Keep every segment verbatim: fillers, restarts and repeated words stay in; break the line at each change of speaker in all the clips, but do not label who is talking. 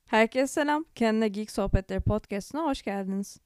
Herkese selam. Kendine Geek Sohbetleri Podcast'ına hoş geldiniz.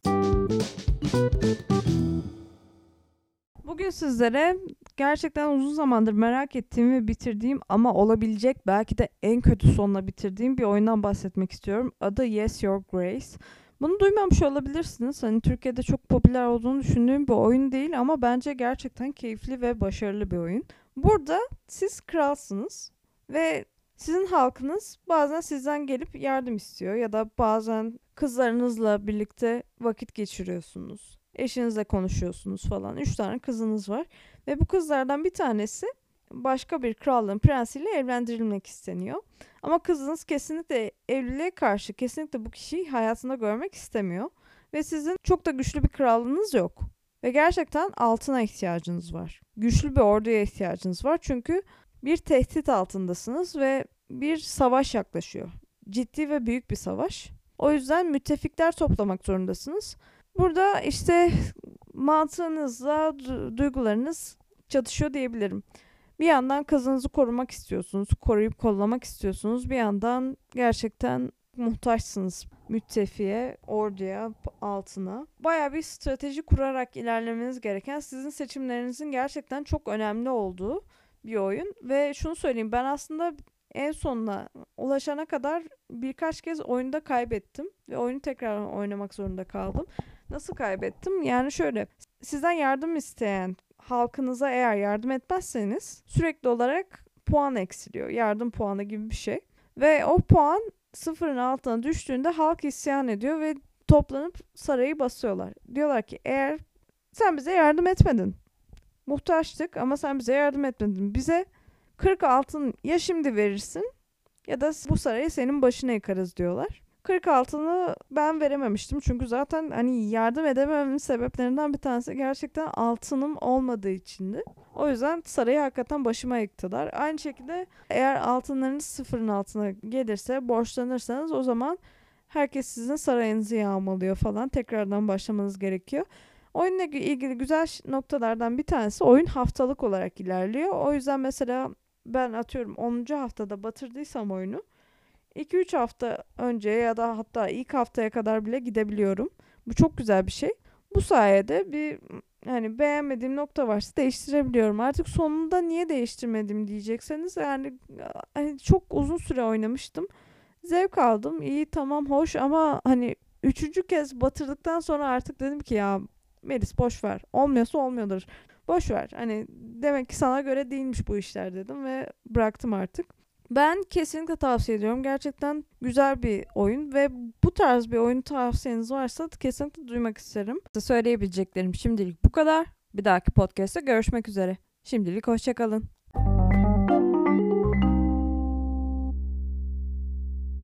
Bugün sizlere gerçekten uzun zamandır merak ettiğim ve bitirdiğim ama olabilecek belki de en kötü sonla bitirdiğim bir oyundan bahsetmek istiyorum. Adı Yes Your Grace. Bunu duymamış olabilirsiniz. Hani Türkiye'de çok popüler olduğunu düşündüğüm bir oyun değil ama bence gerçekten keyifli ve başarılı bir oyun. Burada siz kralsınız ve sizin halkınız bazen sizden gelip yardım istiyor ya da bazen kızlarınızla birlikte vakit geçiriyorsunuz. Eşinizle konuşuyorsunuz falan. Üç tane kızınız var. Ve bu kızlardan bir tanesi başka bir krallığın prensiyle evlendirilmek isteniyor. Ama kızınız kesinlikle evliliğe karşı, kesinlikle bu kişiyi hayatında görmek istemiyor. Ve sizin çok da güçlü bir krallığınız yok. Ve gerçekten altına ihtiyacınız var. Güçlü bir orduya ihtiyacınız var. Çünkü bir tehdit altındasınız ve bir savaş yaklaşıyor. Ciddi ve büyük bir savaş. O yüzden müttefikler toplamak zorundasınız. Burada işte mantığınızla du- duygularınız çatışıyor diyebilirim. Bir yandan kızınızı korumak istiyorsunuz, koruyup kollamak istiyorsunuz. Bir yandan gerçekten muhtaçsınız müttefiğe, orduya, altına. Bayağı bir strateji kurarak ilerlemeniz gereken, sizin seçimlerinizin gerçekten çok önemli olduğu bir oyun. Ve şunu söyleyeyim, ben aslında en sonuna ulaşana kadar birkaç kez oyunda kaybettim ve oyunu tekrar oynamak zorunda kaldım. Nasıl kaybettim? Yani şöyle, sizden yardım isteyen halkınıza eğer yardım etmezseniz sürekli olarak puan eksiliyor. Yardım puanı gibi bir şey. Ve o puan sıfırın altına düştüğünde halk isyan ediyor ve toplanıp sarayı basıyorlar. Diyorlar ki eğer sen bize yardım etmedin, muhtaçtık ama sen bize yardım etmedin. Bize kırk altın ya şimdi verirsin ya da bu sarayı senin başına yıkarız diyorlar. kırk altını ben verememiştim çünkü zaten hani yardım edemememin sebeplerinden bir tanesi gerçekten altınım olmadığı içindi. O yüzden sarayı hakikaten başıma yıktılar. Aynı şekilde eğer altınlarınız sıfırın altına gelirse, borçlanırsanız o zaman herkes sizin sarayınızı yağmalıyor falan. Tekrardan başlamanız gerekiyor. Oyunla ilgili güzel noktalardan bir tanesi oyun haftalık olarak ilerliyor. O yüzden mesela ben atıyorum onuncu haftada batırdıysam oyunu iki üç hafta önce ya da hatta ilk haftaya kadar bile gidebiliyorum. Bu çok güzel bir şey. Bu sayede bir hani beğenmediğim nokta varsa değiştirebiliyorum. Artık sonunda niye değiştirmedim diyecekseniz yani hani çok uzun süre oynamıştım. Zevk aldım. İyi tamam hoş ama hani üçüncü kez batırdıktan sonra artık dedim ki ya Melis boş ver. Olmuyorsa olmuyordur. Boş ver. Hani demek ki sana göre değilmiş bu işler dedim ve bıraktım artık. Ben kesinlikle tavsiye ediyorum. Gerçekten güzel bir oyun ve bu tarz bir oyun tavsiyeniz varsa kesinlikle duymak isterim. Size söyleyebileceklerim şimdilik bu kadar. Bir dahaki podcast'te görüşmek üzere. Şimdilik hoşça kalın.